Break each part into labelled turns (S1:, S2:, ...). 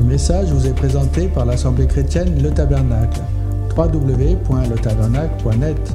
S1: message vous est présenté par l'Assemblée chrétienne Le Tabernacle. www.letabernacle.net.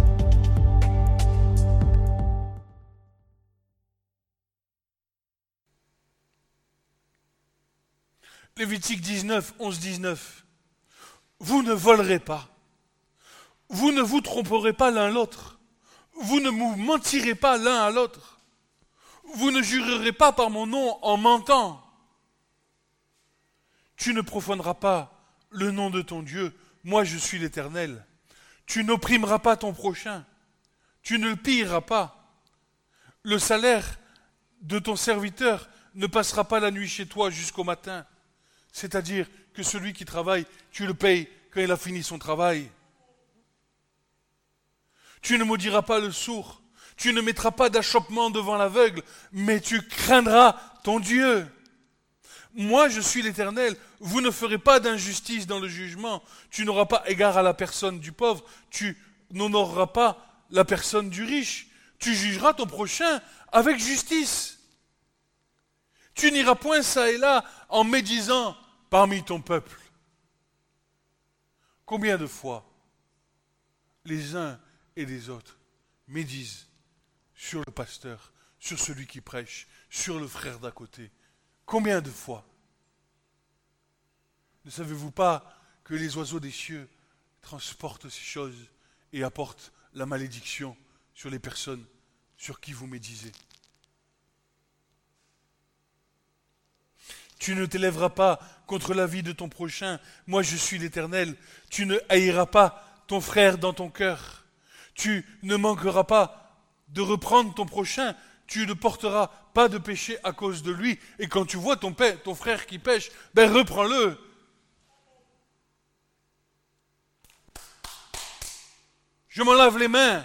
S2: Lévitique 19, 11-19. Vous ne volerez pas. Vous ne vous tromperez pas l'un l'autre. Vous ne vous mentirez pas l'un à l'autre. Vous ne jurerez pas par mon nom en mentant. Tu ne profaneras pas le nom de ton Dieu. Moi, je suis l'Éternel. Tu n'opprimeras pas ton prochain. Tu ne le pilleras pas. Le salaire de ton serviteur ne passera pas la nuit chez toi jusqu'au matin. C'est-à-dire que celui qui travaille, tu le payes quand il a fini son travail. Tu ne maudiras pas le sourd. Tu ne mettras pas d'achoppement devant l'aveugle, mais tu craindras ton Dieu. Moi, je suis l'Éternel. Vous ne ferez pas d'injustice dans le jugement. Tu n'auras pas égard à la personne du pauvre. Tu n'honoreras pas la personne du riche. Tu jugeras ton prochain avec justice. Tu n'iras point çà et là en médisant parmi ton peuple. Combien de fois les uns et les autres médisent sur le pasteur, sur celui qui prêche, sur le frère d'à côté? Combien de fois? Ne savez-vous pas que les oiseaux des cieux transportent ces choses et apportent la malédiction sur les personnes sur qui vous médisez? Tu ne t'élèveras pas contre la vie de ton prochain. Moi, je suis l'Éternel. Tu ne haïras pas ton frère dans ton cœur. Tu ne manqueras pas de reprendre ton prochain. Tu ne porteras pas de péché à cause de lui. Et quand tu vois ton frère qui pêche, reprends-le. Je m'en lave les mains.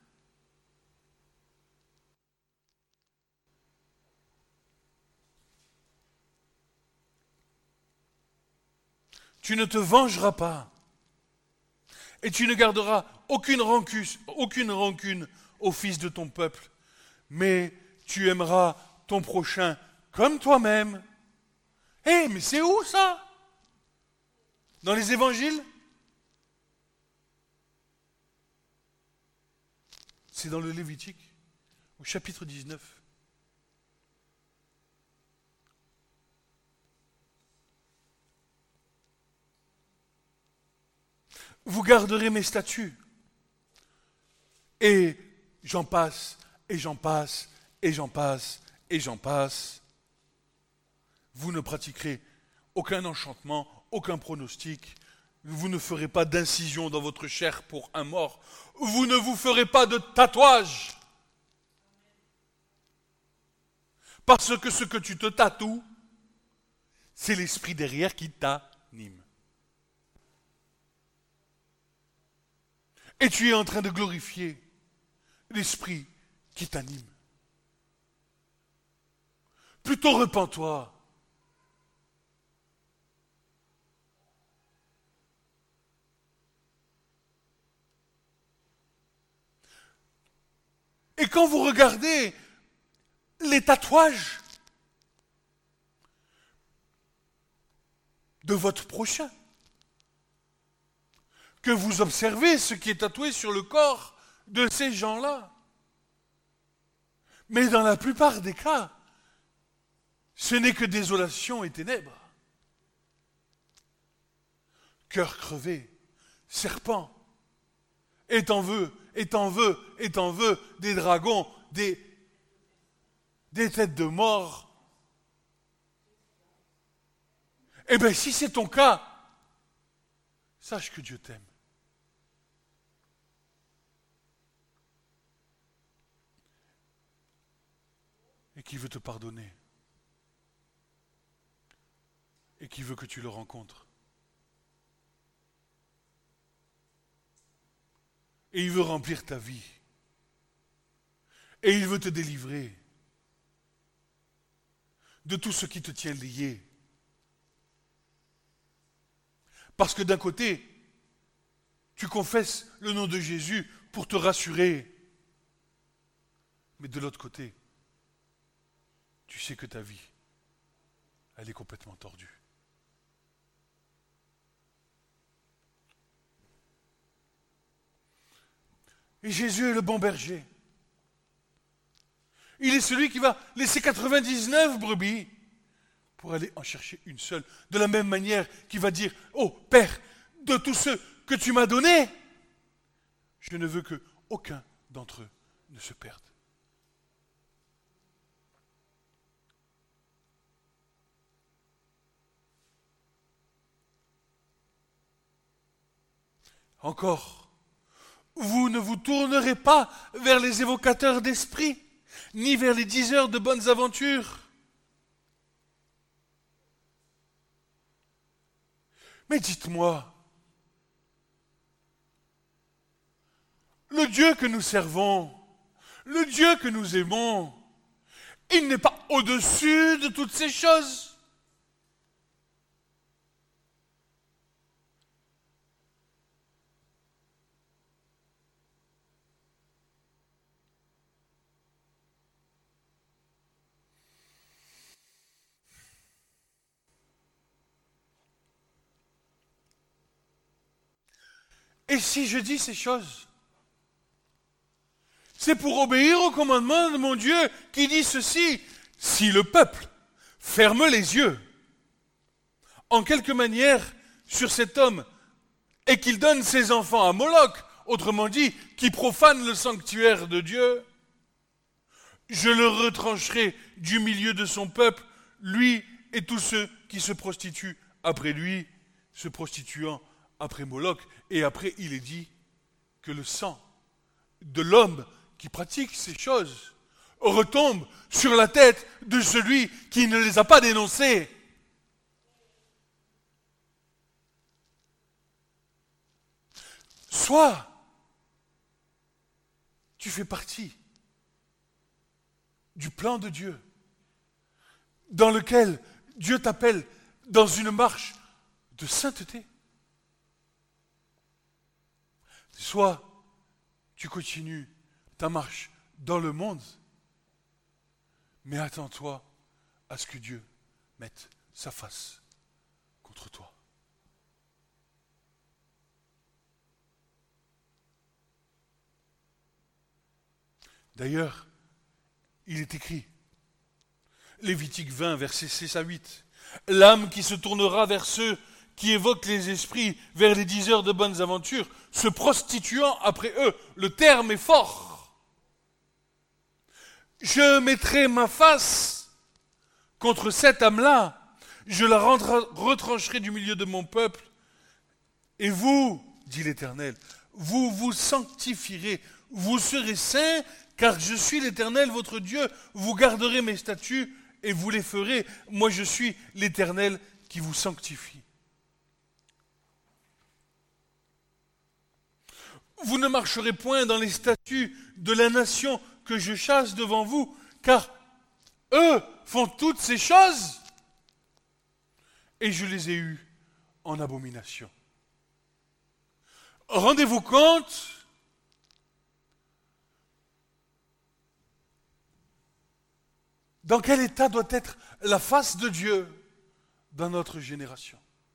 S2: Tu ne te vengeras pas. Et tu ne garderas aucune rancune au fils de ton peuple. Mais tu aimeras ton prochain comme toi-même. Mais c'est où ça? Dans les évangiles? C'est dans le Lévitique, au chapitre 19. Vous garderez mes statuts. Et j'en passe, et j'en passe, et j'en passe, et j'en passe. Vous ne pratiquerez aucun enchantement, aucun pronostic. Vous ne ferez pas d'incision dans votre chair pour un mort. Vous ne vous ferez pas de tatouage. Parce que ce que tu te tatoues, c'est l'esprit derrière qui t'anime. Et tu es en train de glorifier l'esprit qui t'anime. Plutôt repens-toi. Et quand vous regardez les tatouages de votre prochain, que vous observez ce qui est tatoué sur le corps de ces gens-là. Mais dans la plupart des cas, ce n'est que désolation et ténèbres. Cœur crevé, serpent, et t'en veux, et t'en veux, et t'en veux, des dragons, des têtes de mort. Eh bien, si c'est ton cas, sache que Dieu t'aime. Et qui veut te pardonner. Et qui veut que tu le rencontres. Et il veut remplir ta vie. Et il veut te délivrer de tout ce qui te tient lié. Parce que d'un côté, tu confesses le nom de Jésus pour te rassurer. Mais de l'autre côté, tu sais que ta vie, elle est complètement tordue. Et Jésus est le bon berger. Il est celui qui va laisser 99 brebis pour aller en chercher une seule. De la même manière qu'il va dire, oh Père, de tous ceux que tu m'as donnés, je ne veux qu'aucun d'entre eux ne se perde. Encore, vous ne vous tournerez pas vers les évocateurs d'esprit, ni vers les diseurs de bonnes aventures. Mais dites-moi, le Dieu que nous servons, le Dieu que nous aimons, il n'est pas au-dessus de toutes ces choses. Et si je dis ces choses, c'est pour obéir au commandement de mon Dieu qui dit ceci, si le peuple ferme les yeux, en quelque manière, sur cet homme, et qu'il donne ses enfants à Moloch, autrement dit, qui profane le sanctuaire de Dieu, je le retrancherai du milieu de son peuple, lui et tous ceux qui se prostituent après lui, se prostituant après Moloch. Et après, il est dit que le sang de l'homme qui pratique ces choses retombe sur la tête de celui qui ne les a pas dénoncés. Soit tu fais partie du plan de Dieu, dans lequel Dieu t'appelle dans une marche de sainteté. Soit tu continues ta marche dans le monde, mais attends-toi à ce que Dieu mette sa face contre toi. D'ailleurs, il est écrit, Lévitique 20, versets 6 à 8, « L'âme qui se tournera vers ceux qui évoquent les esprits, vers les diseurs de bonnes aventures, se prostituant après eux. » Le terme est fort. « Je mettrai ma face contre cette âme-là, je la retrancherai du milieu de mon peuple, et vous, dit l'Éternel, vous vous sanctifierez, vous serez saints, car je suis l'Éternel votre Dieu, vous garderez mes statuts et vous les ferez. Moi je suis l'Éternel qui vous sanctifie. Vous ne marcherez point dans les statuts de la nation que je chasse devant vous, car eux font toutes ces choses, et je les ai eus en abomination. Rendez-vous compte dans quel état doit être la face de Dieu dans notre génération.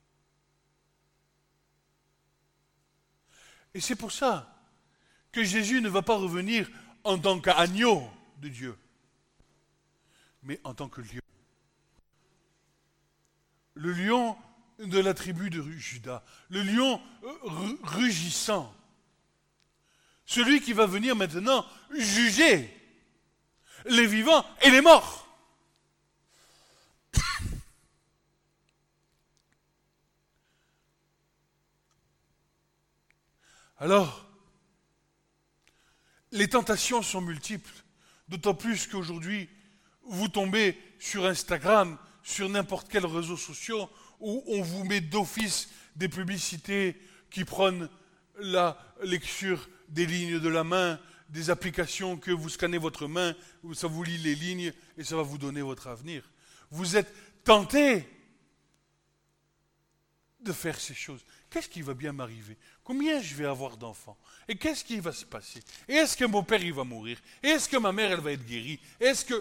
S2: Et c'est pour ça que Jésus ne va pas revenir en tant qu'agneau de Dieu, mais en tant que lion. Le lion de la tribu de Juda, le lion rugissant, celui qui va venir maintenant juger les vivants et les morts. Alors, les tentations sont multiples, d'autant plus qu'aujourd'hui, vous tombez sur Instagram, sur n'importe quel réseau social, où on vous met d'office des publicités qui prônent la lecture des lignes de la main, des applications que vous scannez votre main, ça vous lit les lignes et ça va vous donner votre avenir. Vous êtes tenté de faire ces choses. Qu'est-ce qui va bien m'arriver? Combien je vais avoir d'enfants? Et qu'est-ce qui va se passer? Et est-ce que mon père il va mourir? Et est-ce que ma mère elle va être guérie? Est-ce que...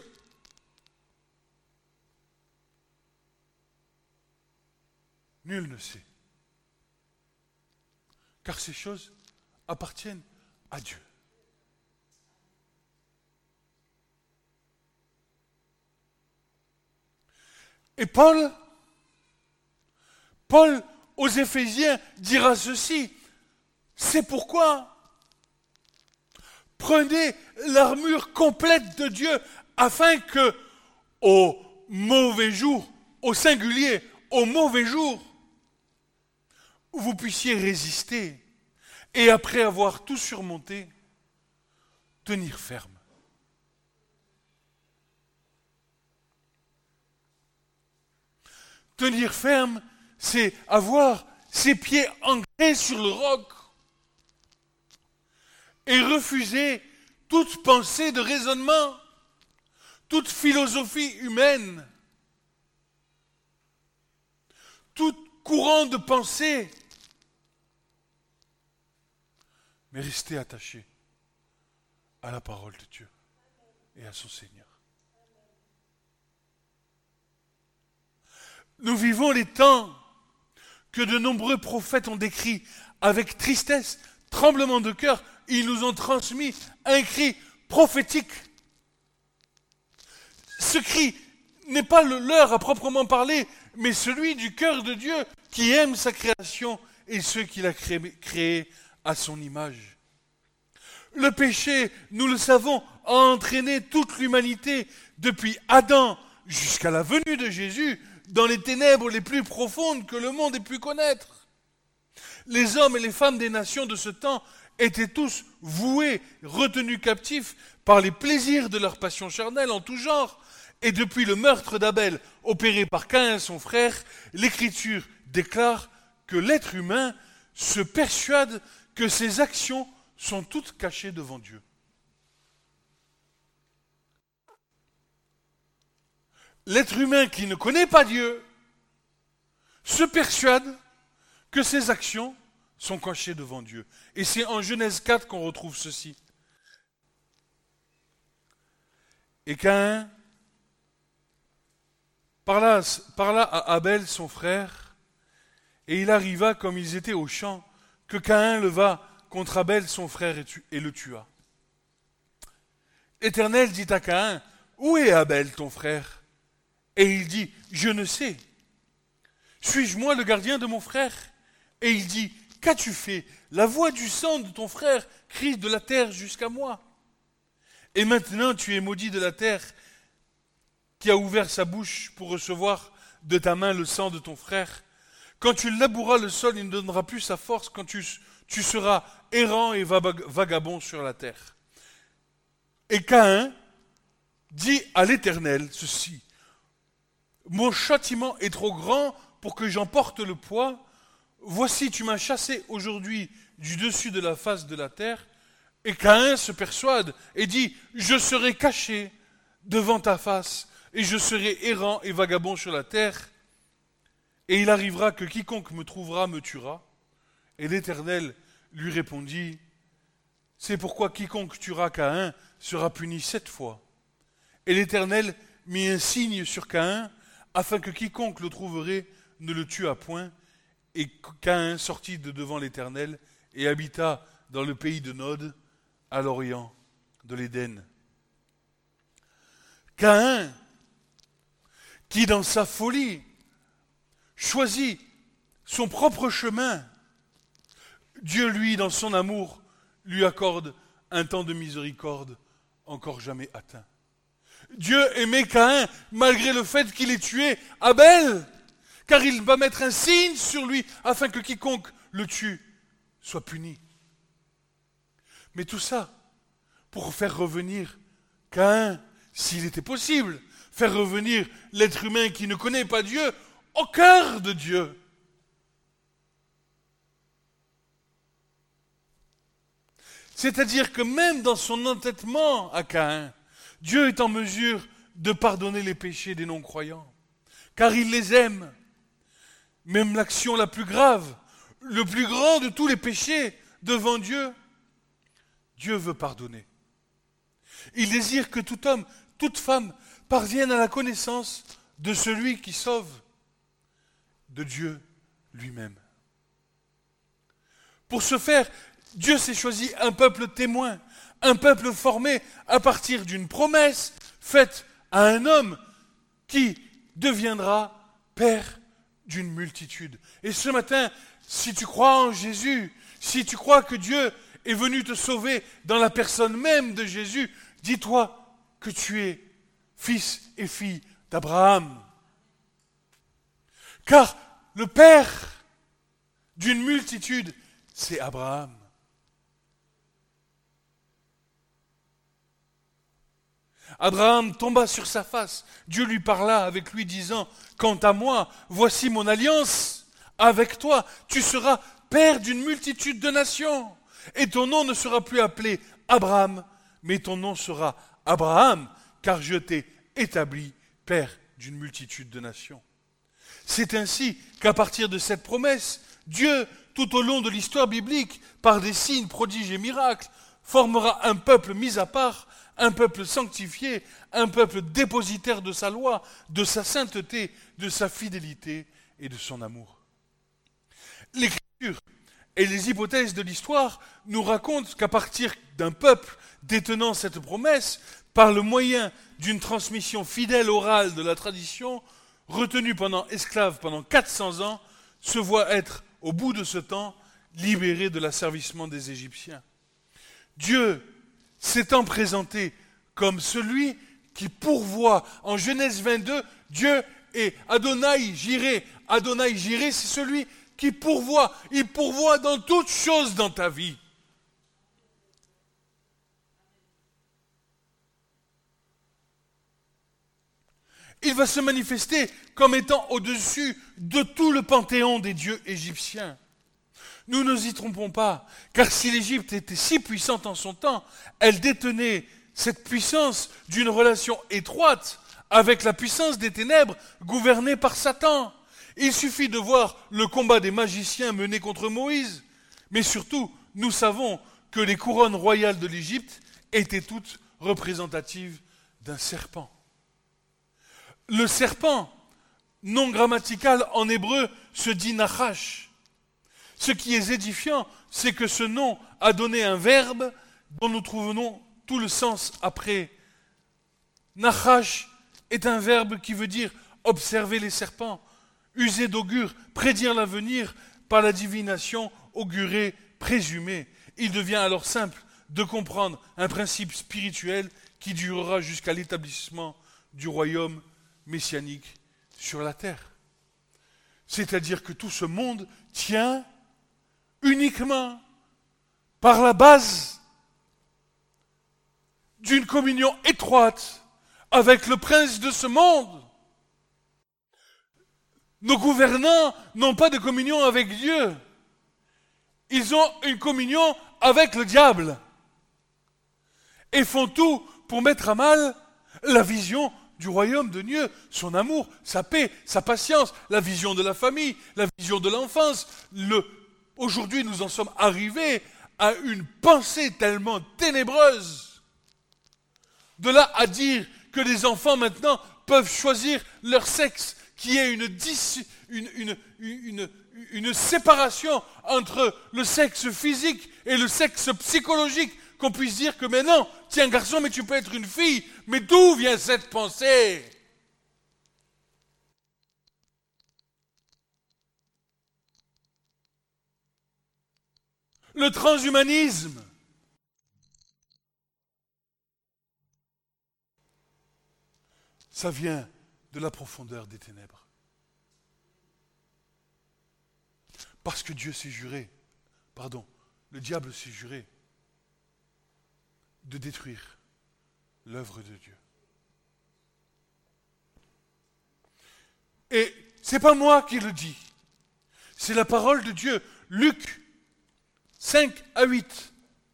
S2: Nul ne sait. Car ces choses appartiennent à Dieu. Et Paul, aux Éphésiens, dira ceci. C'est pourquoi prenez l'armure complète de Dieu afin que, au mauvais jour, au singulier, au mauvais jour, vous puissiez résister et après avoir tout surmonté, tenir ferme. Tenir ferme, c'est avoir ses pieds ancrés sur le roc et refuser toute pensée de raisonnement, toute philosophie humaine, tout courant de pensée, mais rester attaché à la parole de Dieu et à son Seigneur. Nous vivons les temps que de nombreux prophètes ont décrits avec tristesse, tremblement de cœur. Ils nous ont transmis un cri prophétique. Ce cri n'est pas le leur à proprement parler, mais celui du cœur de Dieu qui aime sa création et ceux qu'il a créés à son image. Le péché, nous le savons, a entraîné toute l'humanité depuis Adam jusqu'à la venue de Jésus dans les ténèbres les plus profondes que le monde ait pu connaître. Les hommes et les femmes des nations de ce temps étaient tous voués, retenus captifs par les plaisirs de leur passion charnelle en tout genre. Et depuis le meurtre d'Abel opéré par Caïn, son frère, l'Écriture déclare que l'être humain se persuade que ses actions sont toutes cachées devant Dieu. L'être humain qui ne connaît pas Dieu se persuade que ses actions sont cachées devant Dieu. Et c'est en Genèse 4 qu'on retrouve ceci. Et Caïn parla à Abel, son frère, et il arriva, comme ils étaient au champ, que Caïn leva contre Abel, son frère, et le tua. L'Éternel dit à Caïn, « Où est Abel, ton frère ?» Et il dit, « Je ne sais. Suis-je moi le gardien de mon frère ?» Et il dit, « Qu'as-tu fait ? La voix du sang de ton frère crie de la terre jusqu'à moi. Et maintenant tu es maudit de la terre qui a ouvert sa bouche pour recevoir de ta main le sang de ton frère. Quand tu laboureras le sol, il ne donnera plus sa force quand tu seras errant et vagabond sur la terre. » Et Caïn dit à l'Éternel ceci, « Mon châtiment est trop grand pour que j'en porte le poids. Voici, tu m'as chassé aujourd'hui du dessus de la face de la terre. » Et Caïn se persuade et dit, « Je serai caché devant ta face, et je serai errant et vagabond sur la terre. Et il arrivera que quiconque me trouvera me tuera. » Et l'Éternel lui répondit, « C'est pourquoi quiconque tuera Caïn sera puni 7 fois. » Et l'Éternel mit un signe sur Caïn, afin que quiconque le trouverait ne le tuât point. Et Caïn sortit de devant l'Éternel et habita dans le pays de Nod, à l'orient de l'Éden. Caïn, qui dans sa folie choisit son propre chemin, Dieu, lui, dans son amour, lui accorde un temps de miséricorde encore jamais atteint. Dieu aimait Caïn malgré le fait qu'il ait tué Abel, car il va mettre un signe sur lui afin que quiconque le tue soit puni. Mais tout ça pour faire revenir Caïn, s'il était possible, faire revenir l'être humain qui ne connaît pas Dieu au cœur de Dieu. C'est-à-dire que même dans son entêtement à Caïn, Dieu est en mesure de pardonner les péchés des non-croyants, car il les aime. Même l'action la plus grave, le plus grand de tous les péchés devant Dieu, Dieu veut pardonner. Il désire que tout homme, toute femme parviennent à la connaissance de celui qui sauve, de Dieu lui-même. Pour ce faire, Dieu s'est choisi un peuple témoin, un peuple formé à partir d'une promesse faite à un homme qui deviendras père d'une multitude. Et ce matin, si tu crois en Jésus, si tu crois que Dieu est venu te sauver dans la personne même de Jésus, dis-toi que tu es fils et fille d'Abraham. Car le père d'une multitude, c'est Abraham. Abraham tomba sur sa face. Dieu lui parla avec lui disant, « Quant à moi, voici mon alliance avec toi. Tu seras père d'une multitude de nations. Et ton nom ne sera plus appelé Abraham, mais ton nom sera Abraham, car je t'ai établi père d'une multitude de nations. » C'est ainsi qu'à partir de cette promesse, Dieu, tout au long de l'histoire biblique, par des signes, prodiges et miracles, formera un peuple mis à part, un peuple sanctifié, un peuple dépositaire de sa loi, de sa sainteté, de sa fidélité et de son amour. L'Écriture et les hypothèses de l'histoire nous racontent qu'à partir d'un peuple détenant cette promesse, par le moyen d'une transmission fidèle orale de la tradition, retenu pendant esclave pendant 400 ans, se voit être, au bout de ce temps, libéré de l'asservissement des Égyptiens. Dieu s'étant présenté comme celui qui pourvoit. En Genèse 22, Dieu est Adonai Jireh. Adonai Jireh, c'est celui qui pourvoit. Il pourvoit dans toutes choses dans ta vie. Il va se manifester comme étant au-dessus de tout le panthéon des dieux égyptiens. Nous ne nous y trompons pas, car si l'Égypte était si puissante en son temps, elle détenait cette puissance d'une relation étroite avec la puissance des ténèbres gouvernée par Satan. Il suffit de voir le combat des magiciens menés contre Moïse, mais surtout, nous savons que les couronnes royales de l'Égypte étaient toutes représentatives d'un serpent. Le serpent, non grammatical en hébreu, se dit Nachash. Ce qui est édifiant, c'est que ce nom a donné un verbe dont nous trouvons tout le sens après. Nachash est un verbe qui veut dire observer les serpents, user d'augure, prédire l'avenir par la divination, augurer, présumer. Il devient alors simple de comprendre un principe spirituel qui durera jusqu'à l'établissement du royaume messianique sur la terre. C'est-à-dire que tout ce monde tient uniquement par la base d'une communion étroite avec le prince de ce monde. Nos gouvernants n'ont pas de communion avec Dieu. Ils ont une communion avec le diable. Et font tout pour mettre à mal la vision du royaume de Dieu, son amour, sa paix, sa patience, la vision de la famille, la vision de l'enfance. Aujourd'hui, nous en sommes arrivés à une pensée tellement ténébreuse. De là à dire que les enfants maintenant peuvent choisir leur sexe, qu'il y ait une séparation entre le sexe physique et le sexe psychologique, qu'on puisse dire que mais non, tu es un garçon mais tu peux être une fille. Mais d'où vient cette pensée ? Le transhumanisme. Ça vient de la profondeur des ténèbres. Parce que Dieu s'est juré, le diable s'est juré de détruire l'œuvre de Dieu. Et c'est pas moi qui le dis, c'est la parole de Dieu. Luc 5 à 8.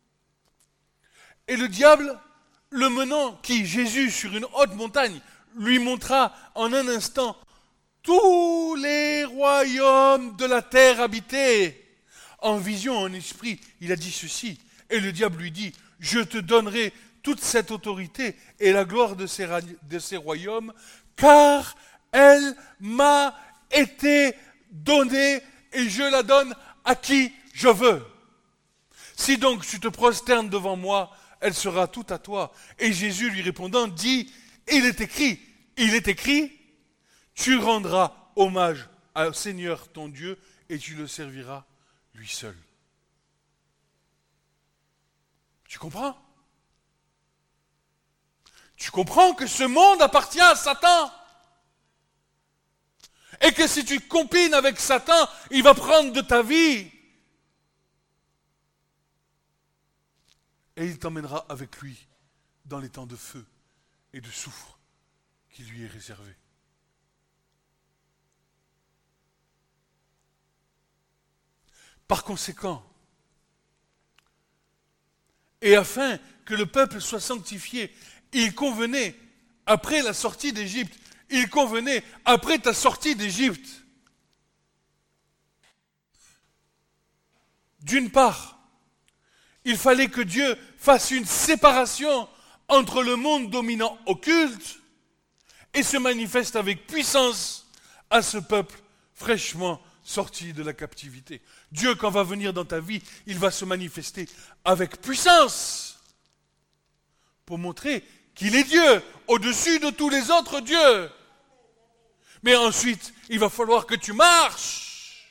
S2: Et le diable, le menant qui, Jésus, sur une haute montagne, lui montra en un instant tous les royaumes de la terre habités. En vision, en esprit, il a dit ceci. Et le diable lui dit, je te donnerai toute cette autorité et la gloire de ces royaumes, car elle m'a été donnée et je la donne à qui je veux. Si donc tu te prosternes devant moi, elle sera toute à toi. Et Jésus lui répondant dit, il est écrit, tu rendras hommage au Seigneur ton Dieu et tu le serviras lui seul. Tu comprends? Tu comprends que ce monde appartient à Satan? Et que si tu combines avec Satan, il va prendre de ta vie. Et il t'emmènera avec lui dans les temps de feu et de soufre qui lui est réservé. Par conséquent, et afin que le peuple soit sanctifié, il convenait, après la sortie d'Égypte, il convenait, après ta sortie d'Égypte, d'une part, il fallait que Dieu fasse une séparation entre le monde dominant occulte et se manifeste avec puissance à ce peuple fraîchement sorti de la captivité. Dieu, quand va venir dans ta vie, il va se manifester avec puissance pour montrer qu'il est Dieu, au-dessus de tous les autres dieux. Mais ensuite, il va falloir que tu marches.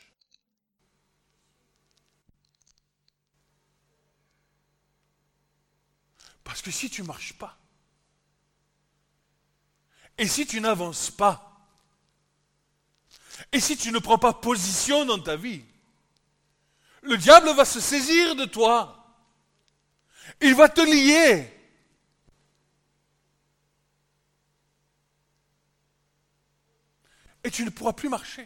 S2: Parce que si tu ne marches pas, et si tu n'avances pas, et si tu ne prends pas position dans ta vie, le diable va se saisir de toi. Il va te lier. Et tu ne pourras plus marcher.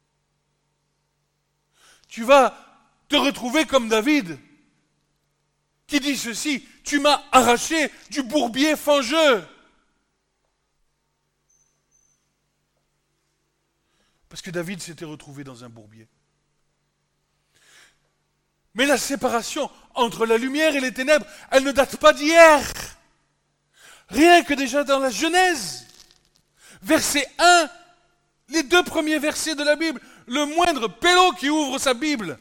S2: Tu vas te retrouver comme David, qui dit ceci: tu m'as arraché du bourbier fangeux. Parce que David s'était retrouvé dans un bourbier. Mais la séparation entre la lumière et les ténèbres, elle ne date pas d'hier. Rien que déjà dans la Genèse, verset 1, les 2 premiers versets de la Bible, le moindre pélo qui ouvre sa Bible.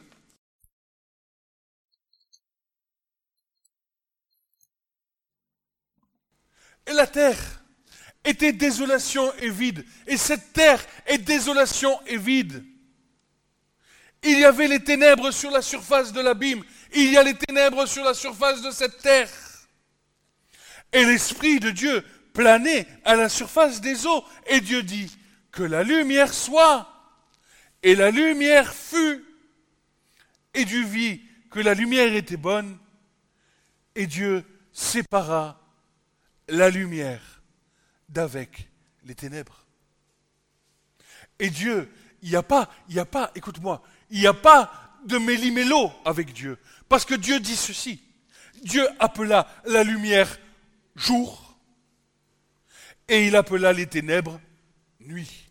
S2: Et la terre était désolation et vide. Et cette terre est désolation et vide. Il y avait les ténèbres sur la surface de l'abîme. Il y a les ténèbres sur la surface de cette terre. Et l'Esprit de Dieu planait à la surface des eaux. Et Dieu dit que la lumière soit. Et la lumière fut. Et Dieu vit que la lumière était bonne. Et Dieu sépara la lumière d'avec les ténèbres. Et Dieu, il n'y a pas, écoute-moi, il n'y a pas de méli-mélo avec Dieu. Parce que Dieu dit ceci: Dieu appela la lumière jour et il appela les ténèbres nuit.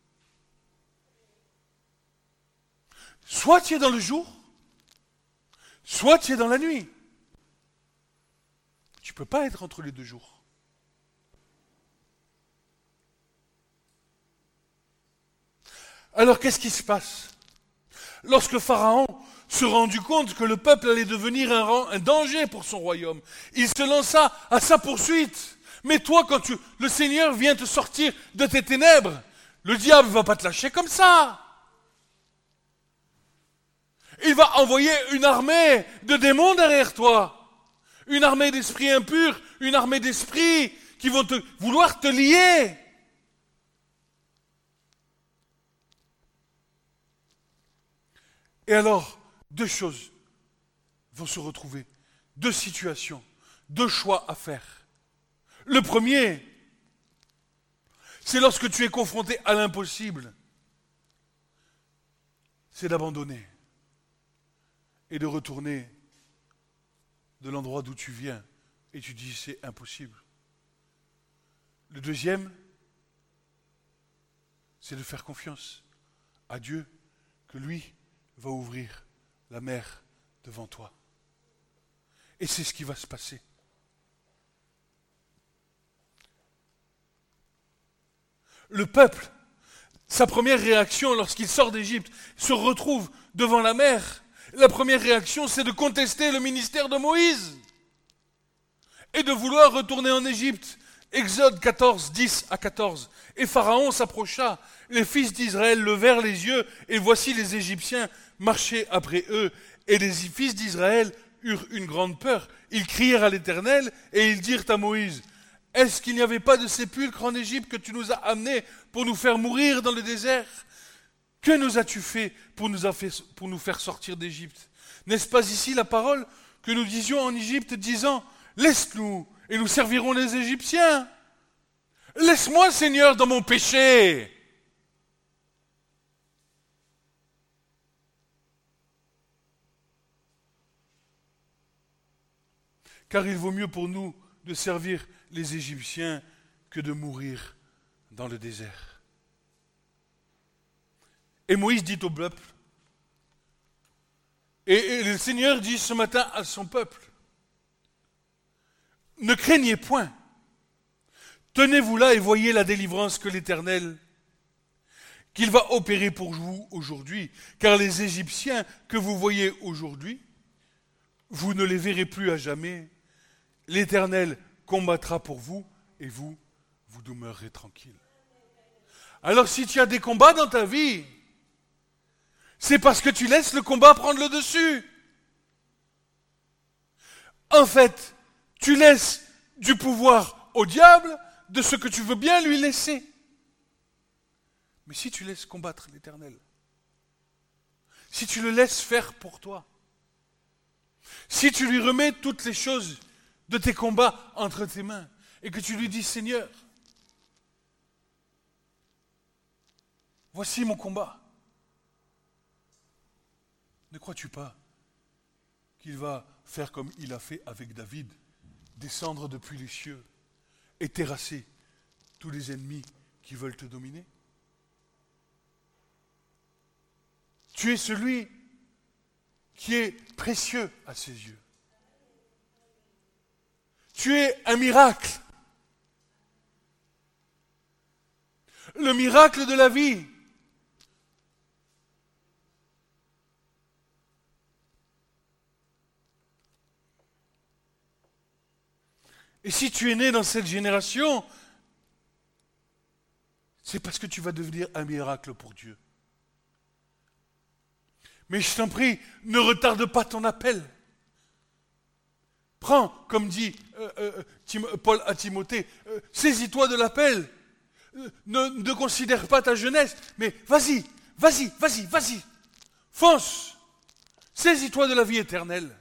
S2: Soit tu es dans le jour, soit tu es dans la nuit. Tu ne peux pas être entre les 2 jours. Alors qu'est-ce qui se passe? Lorsque Pharaon se rendit compte que le peuple allait devenir un danger pour son royaume, il se lança à sa poursuite. Mais toi, quand le Seigneur vient te sortir de tes ténèbres, le diable ne va pas te lâcher comme ça. Il va envoyer une armée de démons derrière toi. Une armée d'esprits impurs, une armée d'esprits qui vont vouloir te lier. Et alors, 2 choses vont se retrouver, 2 situations, 2 choix à faire. Le premier, c'est lorsque tu es confronté à l'impossible, c'est d'abandonner et de retourner de l'endroit d'où tu viens et tu dis c'est impossible. Le deuxième, c'est de faire confiance à Dieu que lui va ouvrir la mer devant toi. Et c'est ce qui va se passer. Le peuple, sa première réaction lorsqu'il sort d'Égypte, se retrouve devant la mer. La première réaction, c'est de contester le ministère de Moïse et de vouloir retourner en Égypte Exode 14, 10 à 14. Et Pharaon s'approcha, les fils d'Israël levèrent les yeux, et voici les Égyptiens marchaient après eux. Et les fils d'Israël eurent une grande peur. Ils crièrent à l'Éternel, et ils dirent à Moïse, est-ce qu'il n'y avait pas de sépulcre en Égypte que tu nous as amenés pour nous faire mourir dans le désert? Que nous as-tu fait pour nous faire sortir d'Égypte? N'est-ce pas ici la parole que nous disions en Égypte, disant, laisse-nous, et nous servirons les Égyptiens? Laisse-moi, Seigneur, dans mon péché. Car il vaut mieux pour nous de servir les Égyptiens que de mourir dans le désert. Et Moïse dit au peuple, et le Seigneur dit ce matin à son peuple, ne craignez point, tenez-vous là et voyez la délivrance que l'Éternel, qu'il va opérer pour vous aujourd'hui, car les Égyptiens que vous voyez aujourd'hui, vous ne les verrez plus à jamais. L'Éternel combattra pour vous et vous demeurerez tranquille. Alors si tu as des combats dans ta vie, c'est parce que tu laisses le combat prendre le dessus. En fait, tu laisses du pouvoir au diable de ce que tu veux bien lui laisser. Mais si tu laisses combattre l'Éternel, si tu le laisses faire pour toi, si tu lui remets toutes les choses de tes combats entre tes mains et que tu lui dis, Seigneur, voici mon combat. Ne crois-tu pas qu'il va faire comme il a fait avec David, descendre depuis les cieux et terrasser tous les ennemis qui veulent te dominer? Tu es celui qui est précieux à ses yeux. Tu es un miracle. Le miracle de la vie. Et si tu es né dans cette génération, c'est parce que tu vas devenir un miracle pour Dieu. Mais je t'en prie, ne retarde pas ton appel. Prends, comme dit Paul à Timothée, saisis-toi de l'appel. Ne considère pas ta jeunesse, mais vas-y. Fonce. Saisis-toi de la vie éternelle.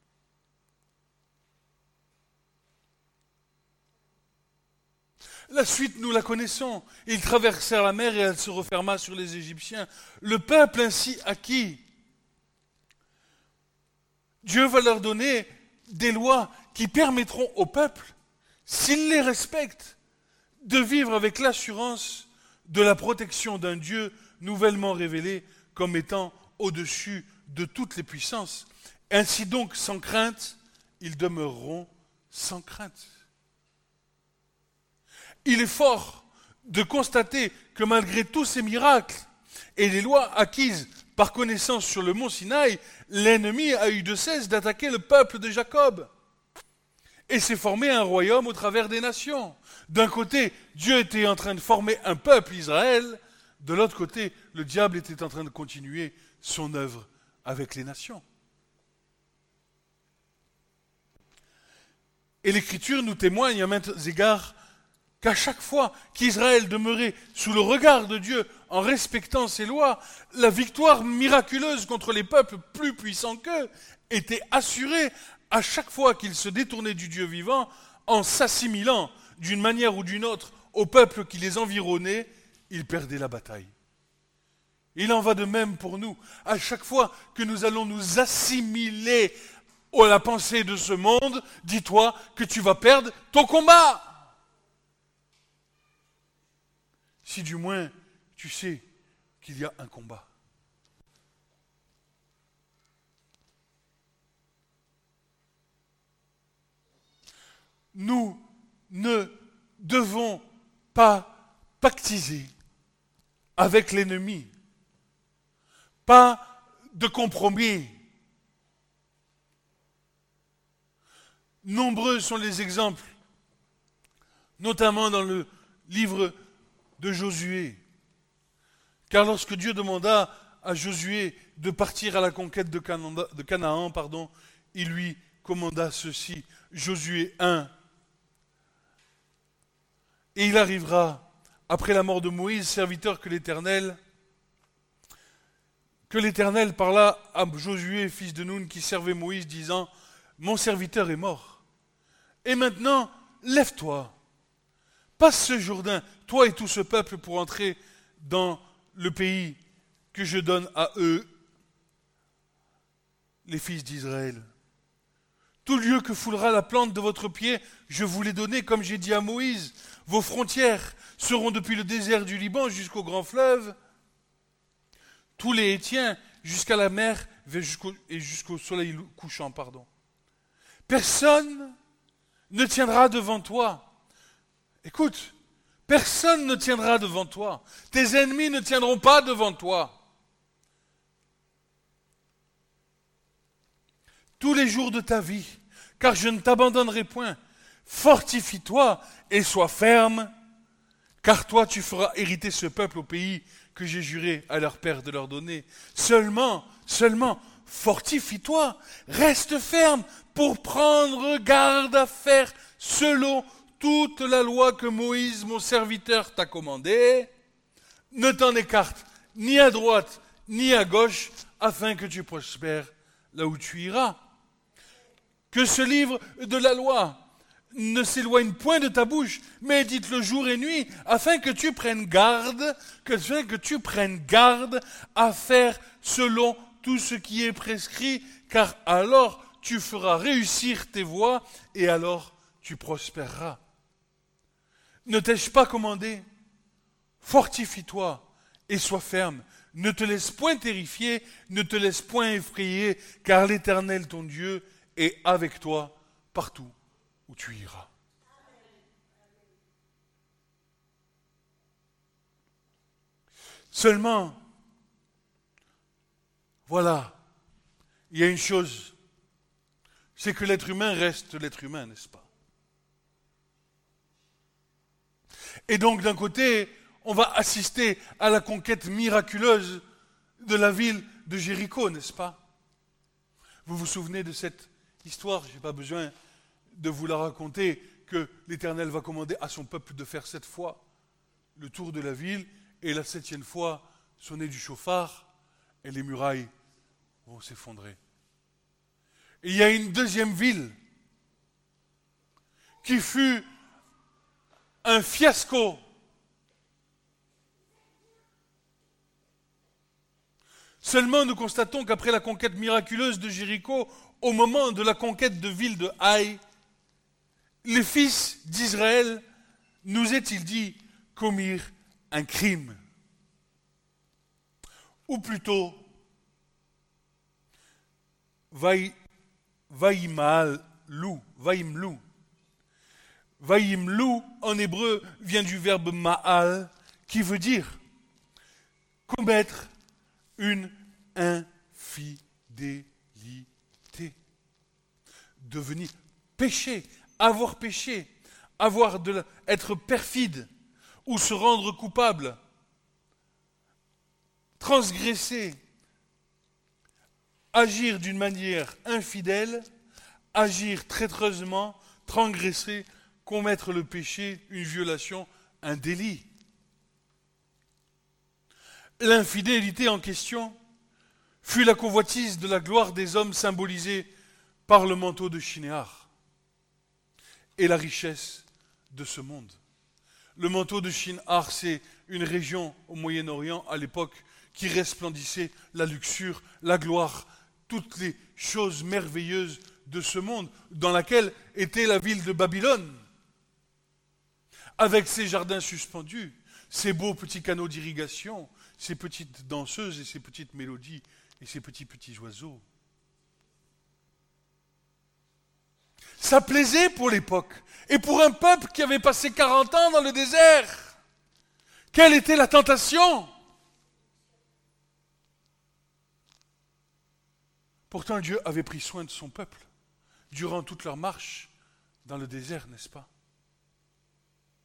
S2: La suite, nous la connaissons. Ils traversèrent la mer et elle se referma sur les Égyptiens. Le peuple ainsi acquis, Dieu va leur donner des lois qui permettront au peuple, s'ils les respectent, de vivre avec l'assurance de la protection d'un Dieu nouvellement révélé comme étant au-dessus de toutes les puissances. Ainsi donc, sans crainte, ils demeureront sans crainte. Il est fort de constater que malgré tous ces miracles et les lois acquises par connaissance sur le mont Sinaï, l'ennemi a eu de cesse d'attaquer le peuple de Jacob. Et s'est formé un royaume au travers des nations. D'un côté, Dieu était en train de former un peuple, Israël. De l'autre côté, le diable était en train de continuer son œuvre avec les nations. Et l'Écriture nous témoigne à maintes égards qu'à chaque fois qu'Israël demeurait sous le regard de Dieu en respectant ses lois, la victoire miraculeuse contre les peuples plus puissants qu'eux était assurée à chaque fois qu'ils se détournaient du Dieu vivant en s'assimilant d'une manière ou d'une autre au peuple qui les environnait, ils perdaient la bataille. Il en va de même pour nous. À chaque fois que nous allons nous assimiler à la pensée de ce monde, dis-toi que tu vas perdre ton combat. Si du moins tu sais qu'il y a un combat. Nous ne devons pas pactiser avec l'ennemi. Pas de compromis. Nombreux sont les exemples notamment dans le livre de Josué. Car lorsque Dieu demanda à Josué de partir à la conquête de Canaan, il lui commanda ceci, Josué 1. Et il arrivera, après la mort de Moïse, serviteur que l'Éternel parla à Josué, fils de Nun, qui servait Moïse, disant, mon serviteur est mort. Et maintenant, lève-toi, passe ce Jourdain, toi et tout ce peuple, pour entrer dans le pays que je donne à eux, les fils d'Israël. Tout lieu que foulera la plante de votre pied, je vous l'ai donné, comme j'ai dit à Moïse. Vos frontières seront depuis le désert du Liban jusqu'au grand fleuve. Tous les Hétiens jusqu'à la mer et jusqu'au soleil couchant. Personne ne tiendra devant toi. Écoute, personne ne tiendra devant toi. Tes ennemis ne tiendront pas devant toi. Tous les jours de ta vie, car je ne t'abandonnerai point. Fortifie-toi et sois ferme, car toi tu feras hériter ce peuple au pays que j'ai juré à leur père de leur donner. Seulement, fortifie-toi, reste ferme pour prendre garde à faire selon toute la loi que Moïse, mon serviteur, t'a commandée. Ne t'en écarte ni à droite ni à gauche, afin que tu prospères là où tu iras. Que ce livre de la loi ne s'éloigne point de ta bouche, mais dites-le jour et nuit, afin que tu prennes garde à faire selon tout ce qui est prescrit, car alors tu feras réussir tes voies et alors tu prospéreras. Ne t'ai-je pas commandé? Fortifie-toi et sois ferme. Ne te laisse point terrifier, ne te laisse point effrayer, car l'Éternel ton Dieu est avec toi partout où tu iras. Seulement, voilà, il y a une chose, c'est que l'être humain reste l'être humain, n'est-ce pas? Et donc, d'un côté, on va assister à la conquête miraculeuse de la ville de Jéricho, n'est-ce pas? Vous vous souvenez de cette histoire? Je n'ai pas besoin de vous la raconter, que l'Éternel va commander à son peuple de faire 7 fois le tour de la ville, et la 7e fois, sonner du chauffard, et les murailles vont s'effondrer. Et il y a une deuxième ville qui fut un fiasco. Seulement, nous constatons qu'après la conquête miraculeuse de Jéricho, au moment de la conquête de ville de Haï, les fils d'Israël, nous est-il dit, commirent un crime. Ou plutôt, vaïmlu. Vaïmlu, en hébreu, vient du verbe ma'al, qui veut dire commettre une infidélité. Devenir péché, être perfide ou se rendre coupable, transgresser, agir d'une manière infidèle, agir traîtreusement, transgresser, commettre le péché, une violation, un délit. L'infidélité en question fut la convoitise de la gloire des hommes symbolisée par le manteau de Shinéar et la richesse de ce monde. Le manteau de Shinéar, c'est une région au Moyen-Orient à l'époque qui resplendissait la luxure, la gloire, toutes les choses merveilleuses de ce monde, dans laquelle était la ville de Babylone, avec ses jardins suspendus, ses beaux petits canaux d'irrigation, ses petites danseuses et ses petites mélodies et ses petits oiseaux. Ça plaisait pour l'époque. Et pour un peuple qui avait passé 40 ans dans le désert, quelle était la tentation? Pourtant, Dieu avait pris soin de son peuple durant toute leur marche dans le désert, n'est-ce pas?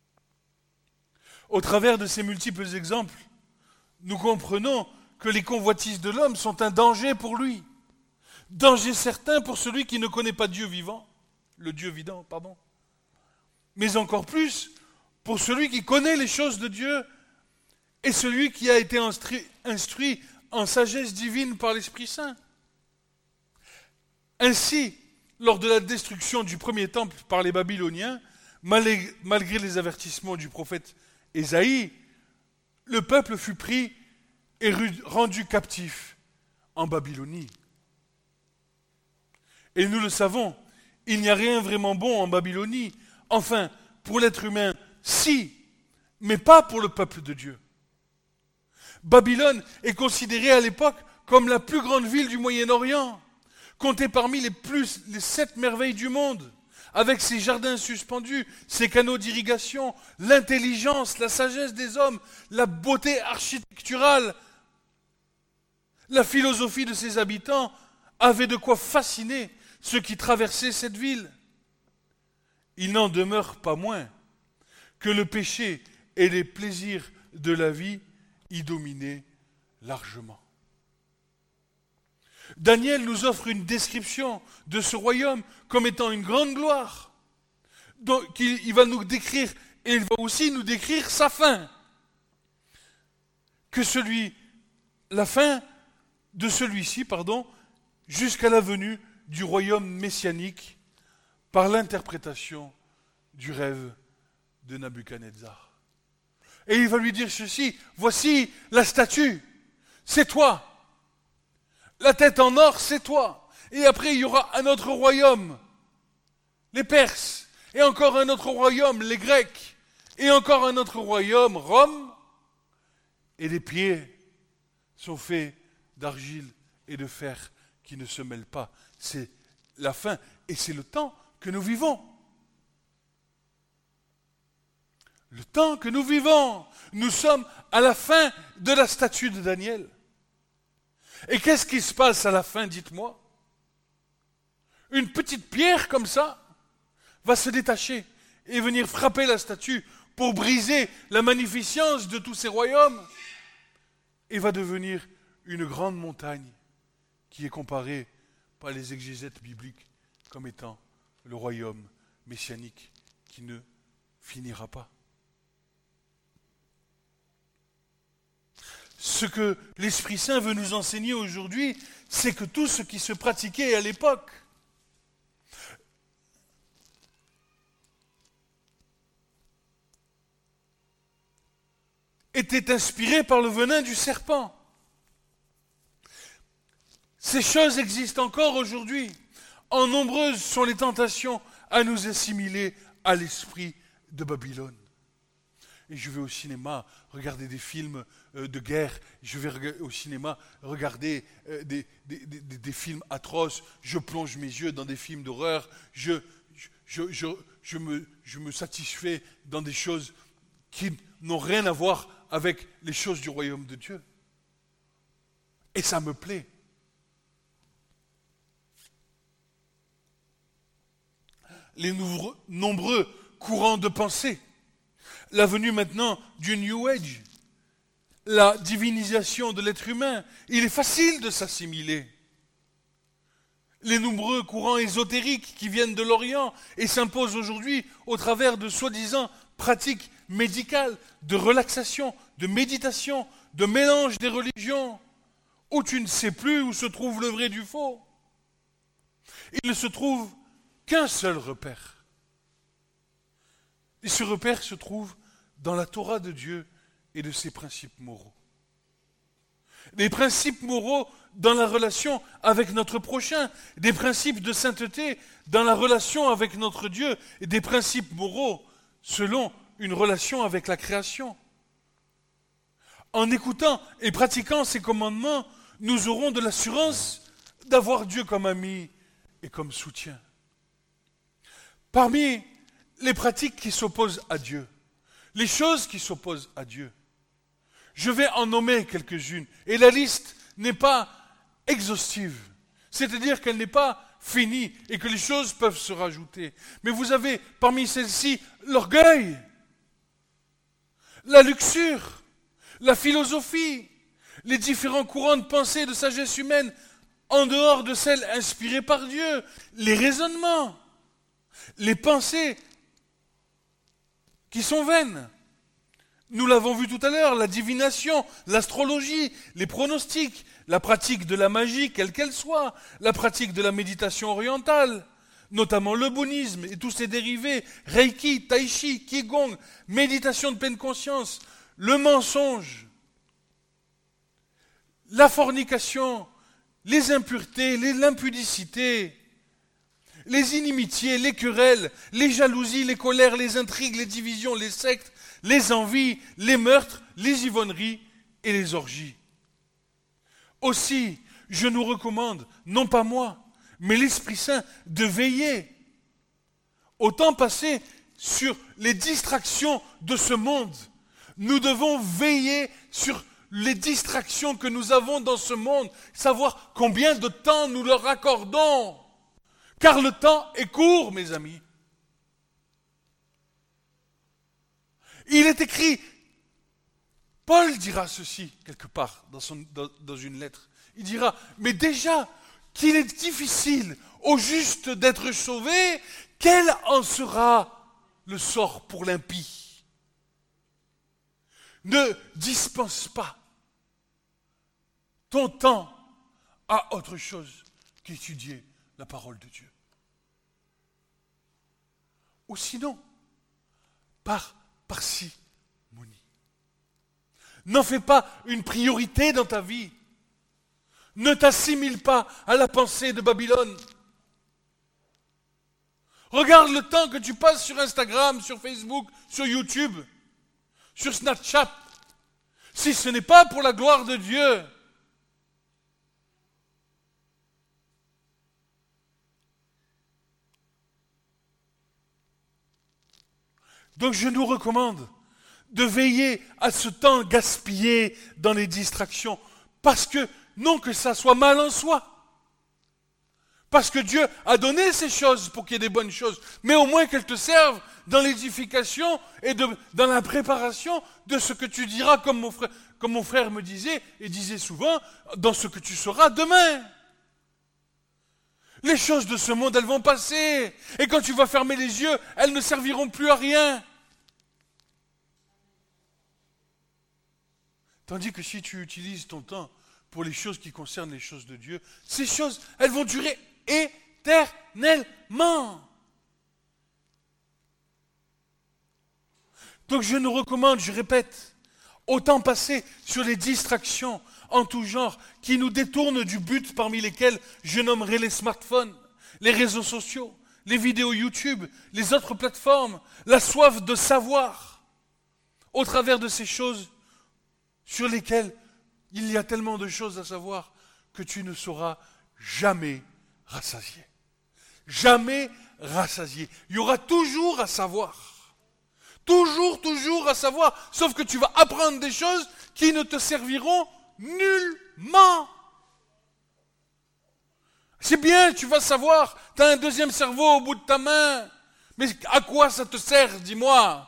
S2: Au travers de ces multiples exemples, nous comprenons que les convoitises de l'homme sont un danger pour lui. Danger certain pour celui qui ne connaît pas Dieu vivant, le Dieu vivant, pardon. Mais encore plus pour celui qui connaît les choses de Dieu et celui qui a été instruit en sagesse divine par l'Esprit Saint. Ainsi, lors de la destruction du premier temple par les Babyloniens, malgré les avertissements du prophète Ésaïe, le peuple fut pris et rendu captif en Babylonie. Et nous le savons, il n'y a rien vraiment bon en Babylonie. Enfin, pour l'être humain, si, mais pas pour le peuple de Dieu. Babylone est considérée à l'époque comme la plus grande ville du Moyen-Orient, comptée parmi les 7 merveilles du monde, avec ses jardins suspendus, ses canaux d'irrigation, l'intelligence, la sagesse des hommes, la beauté architecturale, la philosophie de ses habitants avait de quoi fasciner ceux qui traversaient cette ville. Il n'en demeure pas moins que le péché et les plaisirs de la vie y dominaient largement. Daniel nous offre une description de ce royaume comme étant une grande gloire. Donc, il va nous décrire, et il va aussi nous décrire sa fin. La fin de celui-ci, jusqu'à la venue du royaume messianique par l'interprétation du rêve de Nabuchodonosor. Et il va lui dire ceci, voici la statue, c'est toi. La tête en or, c'est toi. Et après, il y aura un autre royaume, les Perses. Et encore un autre royaume, les Grecs. Et encore un autre royaume, Rome. Et les pieds sont faits d'argile et de fer qui ne se mêlent pas. C'est la fin et c'est le temps que nous vivons. Le temps que nous vivons. Nous sommes à la fin de la statue de Daniel. Et qu'est-ce qui se passe à la fin, dites-moi? Une petite pierre comme ça va se détacher et venir frapper la statue pour briser la magnificence de tous ces royaumes et va devenir une grande montagne qui est comparée par les exégètes bibliques comme étant le royaume messianique qui ne finira pas. Ce que l'Esprit Saint veut nous enseigner aujourd'hui, c'est que tout ce qui se pratiquait à l'époque était inspiré par le venin du serpent. Ces choses existent encore aujourd'hui. En nombreuses sont les tentations à nous assimiler à l'esprit de Babylone. Et je vais au cinéma regarder des films de guerre, je vais au cinéma regarder des films atroces, je plonge mes yeux dans des films d'horreur, je me satisfais dans des choses qui n'ont rien à voir avec les choses du royaume de Dieu. Et ça me plaît. Les nombreux courants de pensée, la venue maintenant du New Age, la divinisation de l'être humain, il est facile de s'assimiler. Les nombreux courants ésotériques qui viennent de l'Orient et s'imposent aujourd'hui au travers de soi-disant pratiques médicales, de relaxation, de méditation, de mélange des religions, où tu ne sais plus où se trouve le vrai du faux. Il ne se trouve qu'un seul repère. Et ce repère se trouve dans la Torah de Dieu et de ses principes moraux. Des principes moraux dans la relation avec notre prochain, des principes de sainteté dans la relation avec notre Dieu, et des principes moraux selon une relation avec la création. En écoutant et pratiquant ces commandements, nous aurons de l'assurance d'avoir Dieu comme ami et comme soutien. Parmi les pratiques qui s'opposent à Dieu, les choses qui s'opposent à Dieu, je vais en nommer quelques-unes. Et la liste n'est pas exhaustive. C'est-à-dire qu'elle n'est pas finie et que les choses peuvent se rajouter. Mais vous avez parmi celles-ci l'orgueil. la luxure, la philosophie, les différents courants de pensée et de sagesse humaine, en dehors de celles inspirées par Dieu, les raisonnements, les pensées qui sont vaines. Nous l'avons vu tout à l'heure, la divination, l'astrologie, les pronostics, la pratique de la magie, quelle qu'elle soit, la pratique de la méditation orientale, notamment le bouddhisme et tous ses dérivés, Reiki, Tai Chi, Qigong, méditation de pleine conscience, le mensonge, la fornication, les impuretés, l'impudicité, les inimitiés, les querelles, les jalousies, les colères, les intrigues, les divisions, les sectes, les envies, les meurtres, les ivrogneries et les orgies. Aussi, je nous recommande, non pas moi, mais l'Esprit Saint, de veiller au temps passé sur les distractions de ce monde. Nous devons veiller sur les distractions que nous avons dans ce monde, savoir combien de temps nous leur accordons. Car le temps est court, mes amis. Il est écrit, Paul dira ceci quelque part dans une lettre. Il dira, mais déjà qu'il est difficile au juste d'être sauvé, quel en sera le sort pour l'impie? Ne dispense pas ton temps à autre chose qu'étudier la parole de Dieu. Ou sinon, par parcimonie. N'en fais pas une priorité dans ta vie. Ne t'assimile pas à la pensée de Babylone. Regarde le temps que tu passes sur Instagram, sur Facebook, sur YouTube, sur Snapchat. Si ce n'est pas pour la gloire de Dieu, donc je nous recommande de veiller à ce temps gaspillé dans les distractions. Parce que, non que ça soit mal en soi. Parce que Dieu a donné ces choses pour qu'il y ait des bonnes choses. Mais au moins qu'elles te servent dans l'édification et dans la préparation de ce que tu diras, comme mon frère me disait, et disait souvent, dans ce que tu seras demain. Les choses de ce monde, elles vont passer. Et quand tu vas fermer les yeux, elles ne serviront plus à rien. Tandis que si tu utilises ton temps pour les choses qui concernent les choses de Dieu, ces choses, elles vont durer éternellement. Donc je nous recommande, je répète, au temps passé sur les distractions en tout genre qui nous détournent du but parmi lesquels je nommerai les smartphones, les réseaux sociaux, les vidéos YouTube, les autres plateformes, la soif de savoir au travers de ces choses sur lesquelles il y a tellement de choses à savoir que tu ne sauras jamais rassasier. Jamais rassasier. Il y aura toujours à savoir. Toujours à savoir. Sauf que tu vas apprendre des choses qui ne te serviront nullement. C'est bien, tu vas savoir. Tu as un deuxième cerveau au bout de ta main. Mais à quoi ça te sert, dis-moi?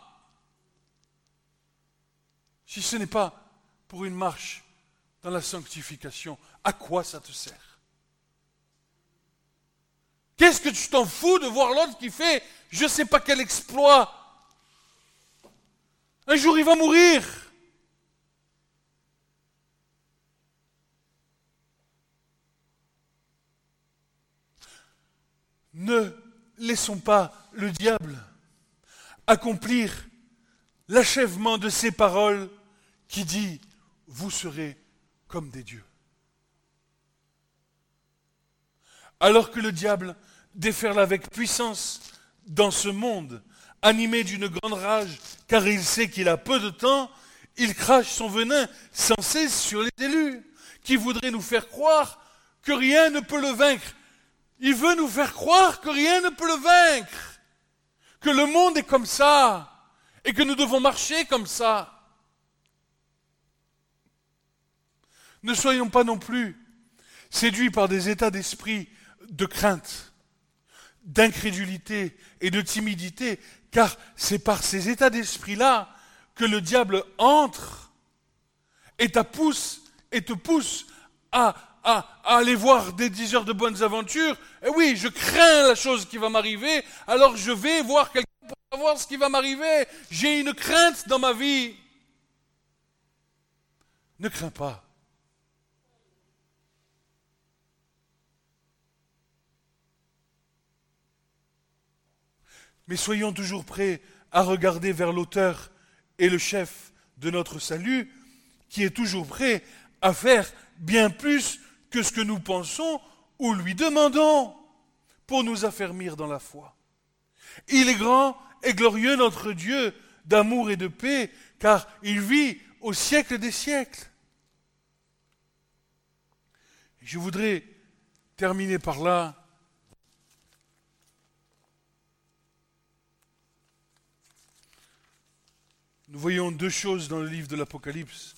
S2: Si ce n'est pas pour une marche dans la sanctification, à quoi ça te sert? Qu'est-ce que tu t'en fous de voir l'autre qui fait je ne sais pas quel exploit? Un jour il va mourir. Ne laissons pas le diable accomplir l'achèvement de ces paroles qui dit « Vous serez comme des dieux ». Alors que le diable déferle avec puissance dans ce monde, animé d'une grande rage, car il sait qu'il a peu de temps, il crache son venin sans cesse sur les élus, qui voudraient nous faire croire que rien ne peut le vaincre. Il veut nous faire croire que rien ne peut le vaincre, que le monde est comme ça, et que nous devons marcher comme ça. Ne soyons pas non plus séduits par des états d'esprit de crainte, d'incrédulité et de timidité, car c'est par ces états d'esprit-là que le diable entre et te pousse à aller voir des diseurs de bonnes aventures. Et oui, je crains la chose qui va m'arriver, alors je vais voir quelqu'un pour savoir ce qui va m'arriver. J'ai une crainte dans ma vie. Ne crains pas. Mais soyons toujours prêts à regarder vers l'auteur et le chef de notre salut, qui est toujours prêt à faire bien plus que ce que nous pensons ou lui demandons pour nous affermir dans la foi. Il est grand et glorieux notre Dieu d'amour et de paix, car il vit au siècle des siècles. Je voudrais terminer par là. Nous voyons deux choses dans le livre de l'Apocalypse.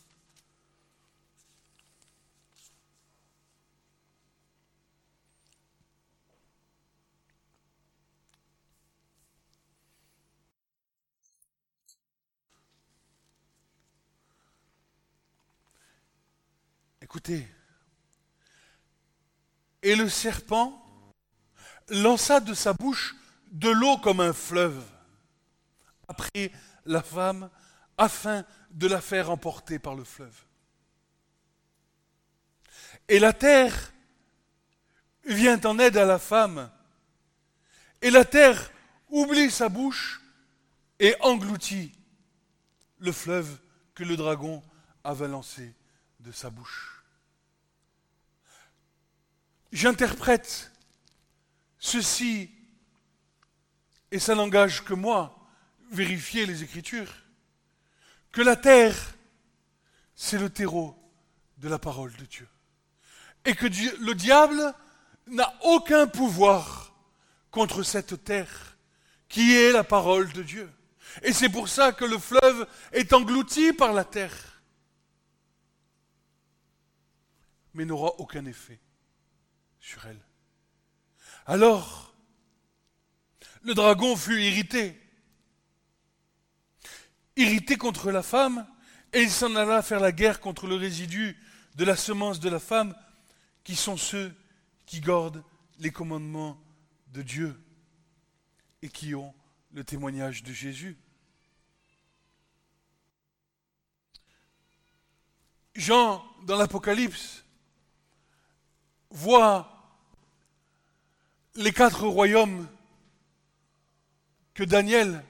S2: Écoutez. Et le serpent lança de sa bouche de l'eau comme un fleuve après la femme, afin de la faire emporter par le fleuve. Et la terre vient en aide à la femme, et la terre oublie sa bouche et engloutit le fleuve que le dragon avait lancé de sa bouche. J'interprète ceci, et ça n'engage que moi, vérifier les Écritures, que la terre, c'est le terreau de la parole de Dieu. Et que le diable n'a aucun pouvoir contre cette terre, qui est la parole de Dieu. Et c'est pour ça que le fleuve est englouti par la terre, mais n'aura aucun effet sur elle. Alors, le dragon fut irrité contre la femme, et il s'en alla faire la guerre contre le résidu de la semence de la femme, qui sont ceux qui gardent les commandements de Dieu et qui ont le témoignage de Jésus. Jean, dans l'Apocalypse, voit les 4 royaumes que Daniel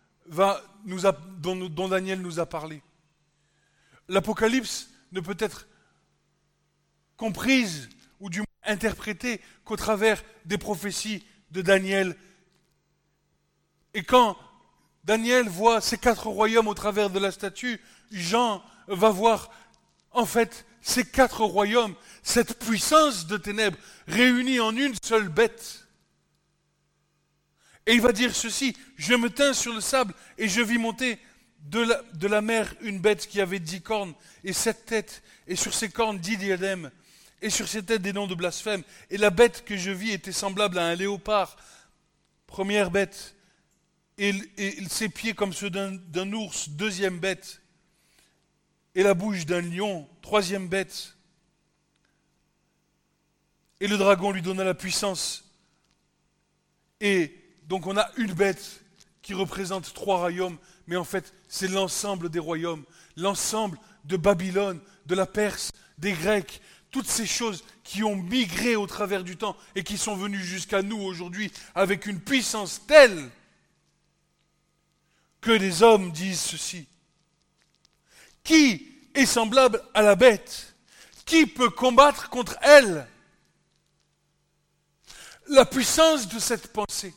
S2: dont Daniel nous a parlé. L'Apocalypse ne peut être comprise ou du moins interprétée qu'au travers des prophéties de Daniel. Et quand Daniel voit ces 4 royaumes au travers de la statue, Jean va voir en fait ces 4 royaumes, cette puissance de ténèbres réunie en une seule bête. Et il va dire ceci: je me tins sur le sable et je vis monter de la mer une bête qui avait 10 cornes et 7 têtes, et sur ses cornes 10 diadèmes, et sur ses têtes des noms de blasphème. Et la bête que je vis était semblable à un léopard, première bête, et ses pieds comme ceux d'un ours, deuxième bête, et la bouche d'un lion, troisième bête. Et le dragon lui donna la puissance. Et donc on a une bête qui représente 3 royaumes, mais en fait c'est l'ensemble des royaumes, l'ensemble de Babylone, de la Perse, des Grecs, toutes ces choses qui ont migré au travers du temps et qui sont venues jusqu'à nous aujourd'hui avec une puissance telle que les hommes disent ceci: qui est semblable à la bête? Qui peut combattre contre elle? La puissance de cette pensée.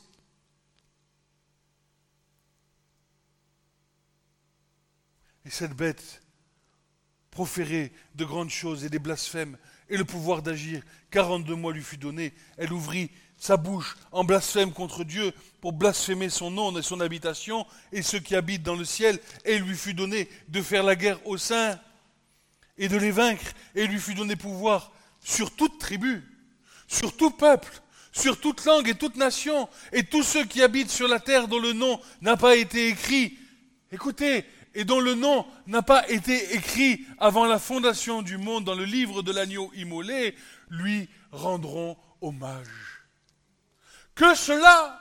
S2: Et cette bête proférait de grandes choses et des blasphèmes, et le pouvoir d'agir. 42 mois lui fut donné. Elle ouvrit sa bouche en blasphème contre Dieu pour blasphémer son nom et son habitation et ceux qui habitent dans le ciel. Et il lui fut donné de faire la guerre aux saints et de les vaincre. Et il lui fut donné pouvoir sur toute tribu, sur tout peuple, sur toute langue et toute nation, et tous ceux qui habitent sur la terre dont le nom n'a pas été écrit. Écoutez, et dont le nom n'a pas été écrit avant la fondation du monde dans le livre de l'agneau immolé, lui rendront hommage. Que cela,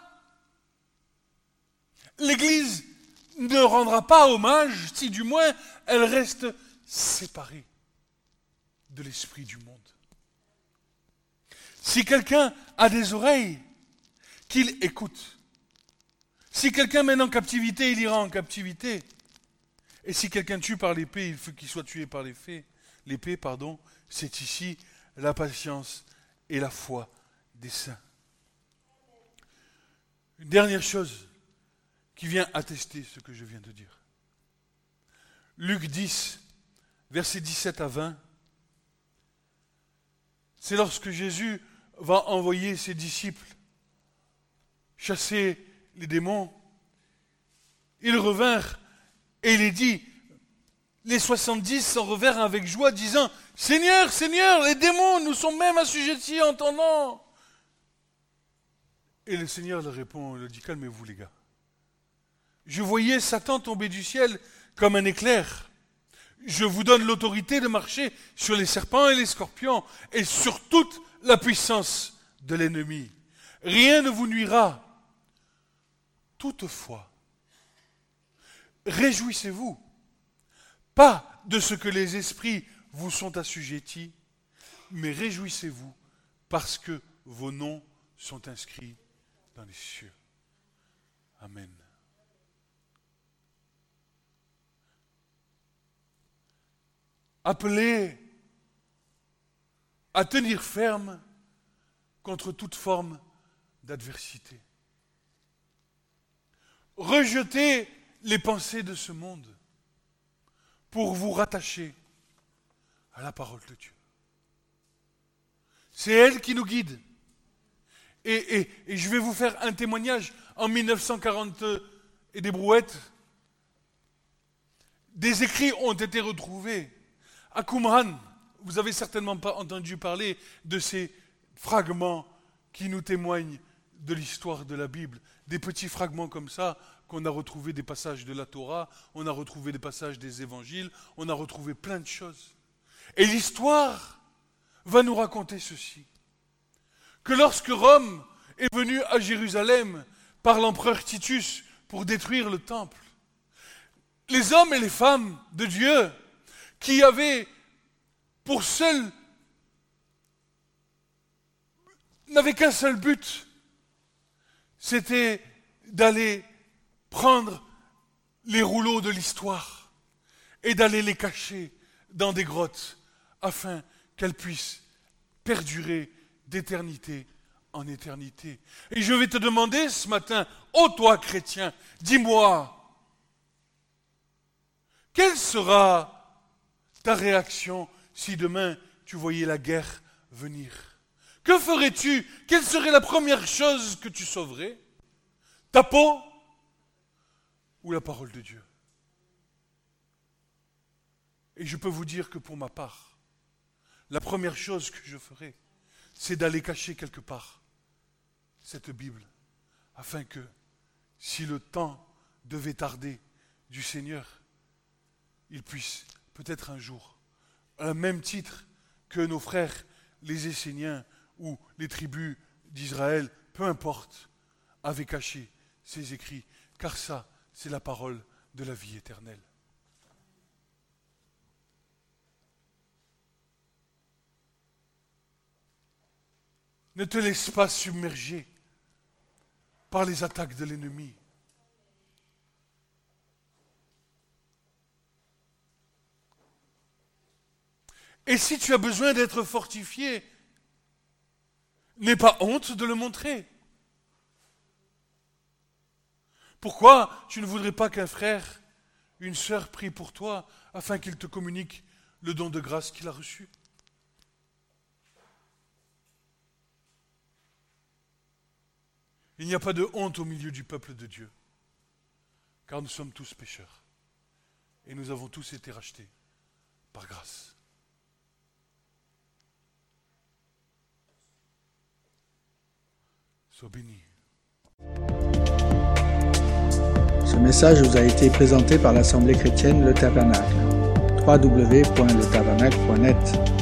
S2: l'Église ne rendra pas hommage si du moins elle reste séparée de l'esprit du monde. Si quelqu'un a des oreilles, qu'il écoute. Si quelqu'un mène en captivité, il ira en captivité. Et si quelqu'un tue par l'épée, il faut qu'il soit tué par l'épée. L'épée, c'est ici la patience et la foi des saints. Une dernière chose qui vient attester ce que je viens de dire. Luc 10, versets 17 à 20. C'est lorsque Jésus va envoyer ses disciples chasser les démons. Ils revinrent et il est dit, les 70 s'en revinrent avec joie, disant, Seigneur, Seigneur, les démons nous sont même assujettis en ton nom. Et le Seigneur leur répond, il leur dit, calmez-vous les gars. Je voyais Satan tomber du ciel comme un éclair. Je vous donne l'autorité de marcher sur les serpents et les scorpions et sur toute la puissance de l'ennemi. Rien ne vous nuira. Toutefois, réjouissez-vous, pas de ce que les esprits vous sont assujettis, mais réjouissez-vous parce que vos noms sont inscrits dans les cieux. Amen. Appelés à tenir ferme contre toute forme d'adversité. Rejetez les pensées de ce monde pour vous rattacher à la parole de Dieu. C'est elle qui nous guide. Et je vais vous faire un témoignage. En 1940 et des brouettes, des écrits ont été retrouvés. À Qumran, vous avez certainement pas entendu parler de ces fragments qui nous témoignent de l'histoire de la Bible. Des petits fragments comme ça, qu'on a retrouvé des passages de la Torah, on a retrouvé des passages des évangiles, on a retrouvé plein de choses. Et l'histoire va nous raconter ceci. Que lorsque Rome est venue à Jérusalem par l'empereur Titus pour détruire le temple, les hommes et les femmes de Dieu qui avaient pour seul, n'avaient qu'un seul but, c'était d'aller prendre les rouleaux de l'histoire et d'aller les cacher dans des grottes afin qu'elles puissent perdurer d'éternité en éternité. Et je vais te demander ce matin, ô toi chrétien, dis-moi, quelle sera ta réaction si demain tu voyais la guerre venir? Que ferais-tu? Quelle serait la première chose que tu sauverais? Ta peau ou la parole de Dieu? Et je peux vous dire que pour ma part, la première chose que je ferais, c'est d'aller cacher quelque part cette Bible, afin que, si le temps devait tarder du Seigneur, il puisse peut-être un jour, à même titre que nos frères, les Esséniens ou les tribus d'Israël, peu importe, avaient caché ces écrits, car ça, c'est la parole de la vie éternelle. Ne te laisse pas submerger par les attaques de l'ennemi. Et si tu as besoin d'être fortifié, n'aie pas honte de le montrer. Pourquoi tu ne voudrais pas qu'un frère, une sœur prie pour toi afin qu'il te communique le don de grâce qu'il a reçu? Il n'y a pas de honte au milieu du peuple de Dieu, car nous sommes tous pécheurs et nous avons tous été rachetés par grâce. Sois béni.
S1: Ce message vous a été présenté par l'Assemblée chrétienne Le Tabernacle. www.letabernacle.net